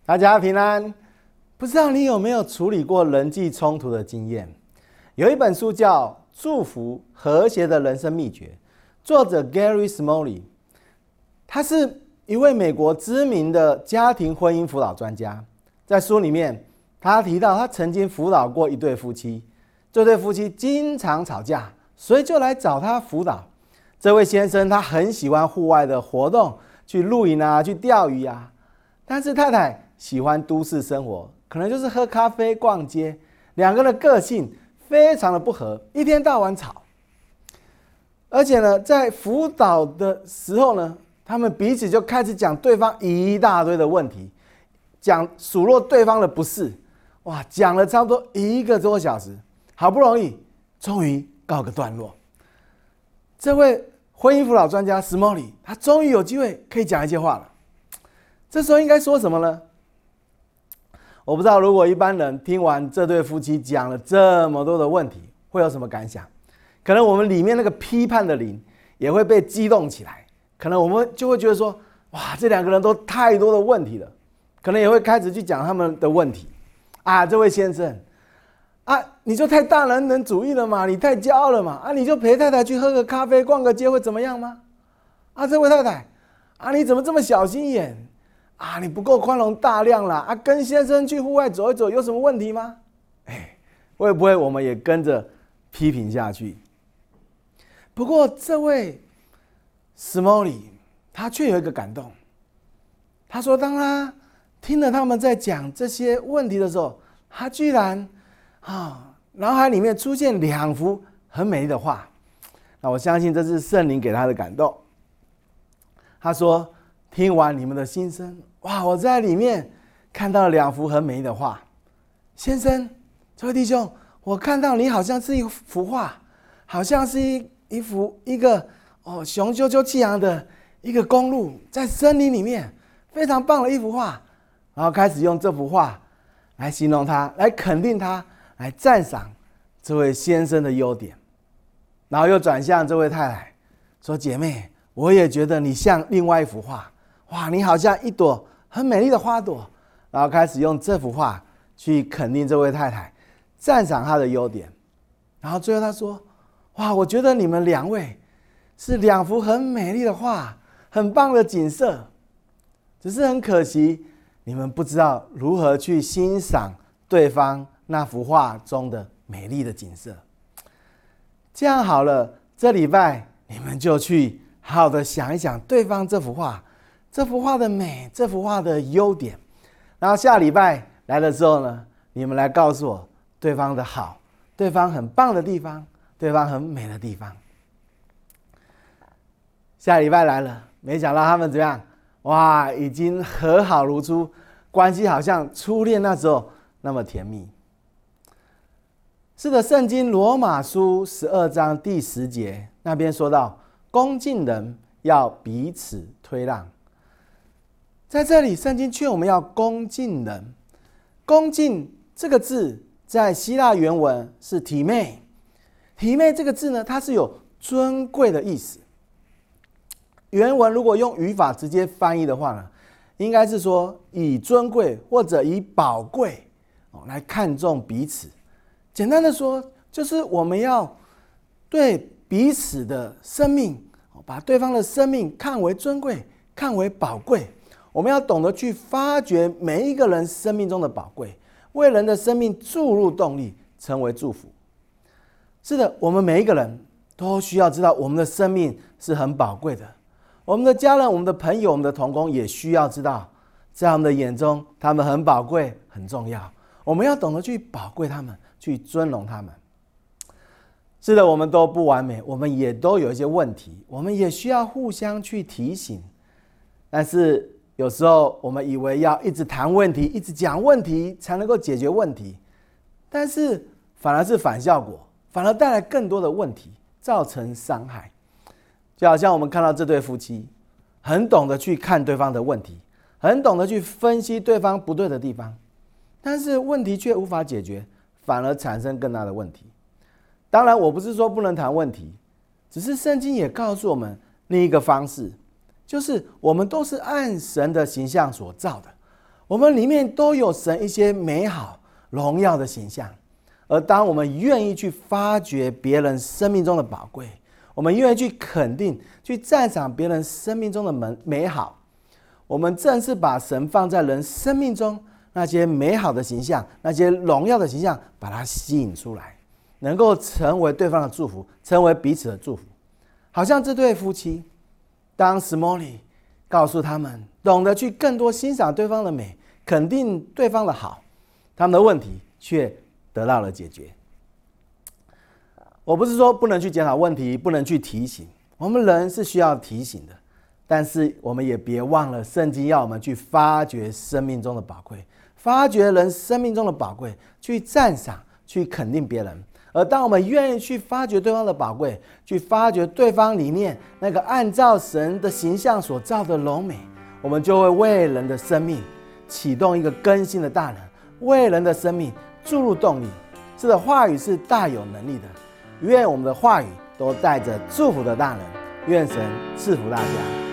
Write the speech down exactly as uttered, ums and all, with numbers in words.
大家平安。不知道你有没有处理过人际冲突的经验？有一本书叫《祝福和谐的人生秘诀》，作者 Gary Smalley， 他是一位美国知名的家庭婚姻辅导专家。在书里面，他提到他曾经辅导过一对夫妻，这对夫妻经常吵架，所以就来找他辅导。这位先生他很喜欢户外的活动，去露营啊，去钓鱼啊，但是太太喜欢都市生活，可能就是喝咖啡、逛街，两个人的个性非常的不合，一天到晚吵。而且呢，在辅导的时候呢，他们彼此就开始讲对方一大堆的问题，讲数落对方的不是，哇，讲了差不多一个多小时，好不容易，终于告个段落。这位婚姻辅导专家 Smalley， 他终于有机会可以讲一些话了。这时候应该说什么呢？我不知道，如果一般人听完这对夫妻讲了这么多的问题，会有什么感想？可能我们里面那个批判的灵也会被激动起来，可能我们就会觉得说，哇，这两个人都太多的问题了，可能也会开始去讲他们的问题。啊，这位先生啊，你就太大男人主义了嘛，你太骄傲了嘛，啊，你就陪太太去喝个咖啡、逛个街会怎么样吗？啊，这位太太，啊，你怎么这么小心眼？啊，你不够宽容大量啦！啊，跟先生去户外走一走有什么问题吗？哎，会不会我们也跟着批评下去？不过这位 Smalley 他却有一个感动，他说当他听了他们在讲这些问题的时候，他居然啊，脑海里面出现两幅很美丽的画。那我相信这是圣灵给他的感动。他说，听完你们的心声，哇，我在里面看到了两幅很美丽的画。先生，这位弟兄，我看到你好像是一幅画，好像是一一幅一个哦雄赳赳气昂的一个公路，在森林里面，非常棒的一幅画。然后开始用这幅画来形容他，来肯定他，来赞赏这位先生的优点。然后又转向这位太太说，姐妹，我也觉得你像另外一幅画，哇，你好像一朵很美丽的花朵。然后开始用这幅画去肯定这位太太，赞赏她的优点。然后最后他说，哇，我觉得你们两位是两幅很美丽的画，很棒的景色，只是很可惜你们不知道如何去欣赏对方那幅画中的美丽的景色。这样好了，这礼拜你们就去好好的想一想对方这幅画，这幅画的美，这幅画的优点。然后下礼拜来的时候呢，你们来告诉我对方的好，对方很棒的地方，对方很美的地方。下礼拜来了，没想到他们怎么样？哇，已经和好如初，关系好像初恋那时候那么甜蜜。是的，圣经罗马书十二章第十节那边说到，恭敬人要彼此推让。在这里，圣经劝我们要恭敬人。恭敬这个字在希腊原文是体妹，体妹这个字呢，它是有尊贵的意思。原文如果用语法直接翻译的话呢，应该是说以尊贵或者以宝贵来看重彼此。简单的说，就是我们要对彼此的生命，把对方的生命看为尊贵，看为宝贵。我们要懂得去发掘每一个人生命中的宝贵，为人的生命注入动力，成为祝福。是的，我们每一个人都需要知道我们的生命是很宝贵的。我们的家人、我们的朋友、我们的同工也需要知道，在我们的眼中，他们很宝贵、很重要。我们要懂得去宝贵他们，去尊荣他们。是的，我们都不完美，我们也都有一些问题，我们也需要互相去提醒。但是有时候我们以为要一直谈问题，一直讲问题才能够解决问题，但是反而是反效果，反而带来更多的问题，造成伤害。就好像我们看到这对夫妻，很懂得去看对方的问题，很懂得去分析对方不对的地方，但是问题却无法解决，反而产生更大的问题。当然，我不是说不能谈问题，只是圣经也告诉我们另一个方式，就是我们都是按神的形象所造的， 我们里面都有神一些美好荣耀的形象。而当我们愿意去发掘别人生命中的宝贵，我们愿意去肯定、去赞赏别人生命中的美好，我们正是把神放在人生命中那些美好的形象、那些荣耀的形象，把它吸引出来，能够成为对方的祝福，成为彼此的祝福。好像这对夫妻，当史摩利告诉他们懂得去更多欣赏对方的美，肯定对方的好，他们的问题却得到了解决。我不是说不能去检讨问题，不能去提醒，我们人是需要提醒的，但是我们也别忘了圣经要我们去发掘生命中的宝贵，发掘人生命中的宝贵，去赞赏，去肯定别人。而当我们愿意去发掘对方的宝贵，去发掘对方里面那个按照神的形象所造的柔美，我们就会为人的生命启动一个更新的大能，为人的生命注入动力。这个话语是大有能力的，愿我们的话语都带着祝福的大能，愿神赐福大家。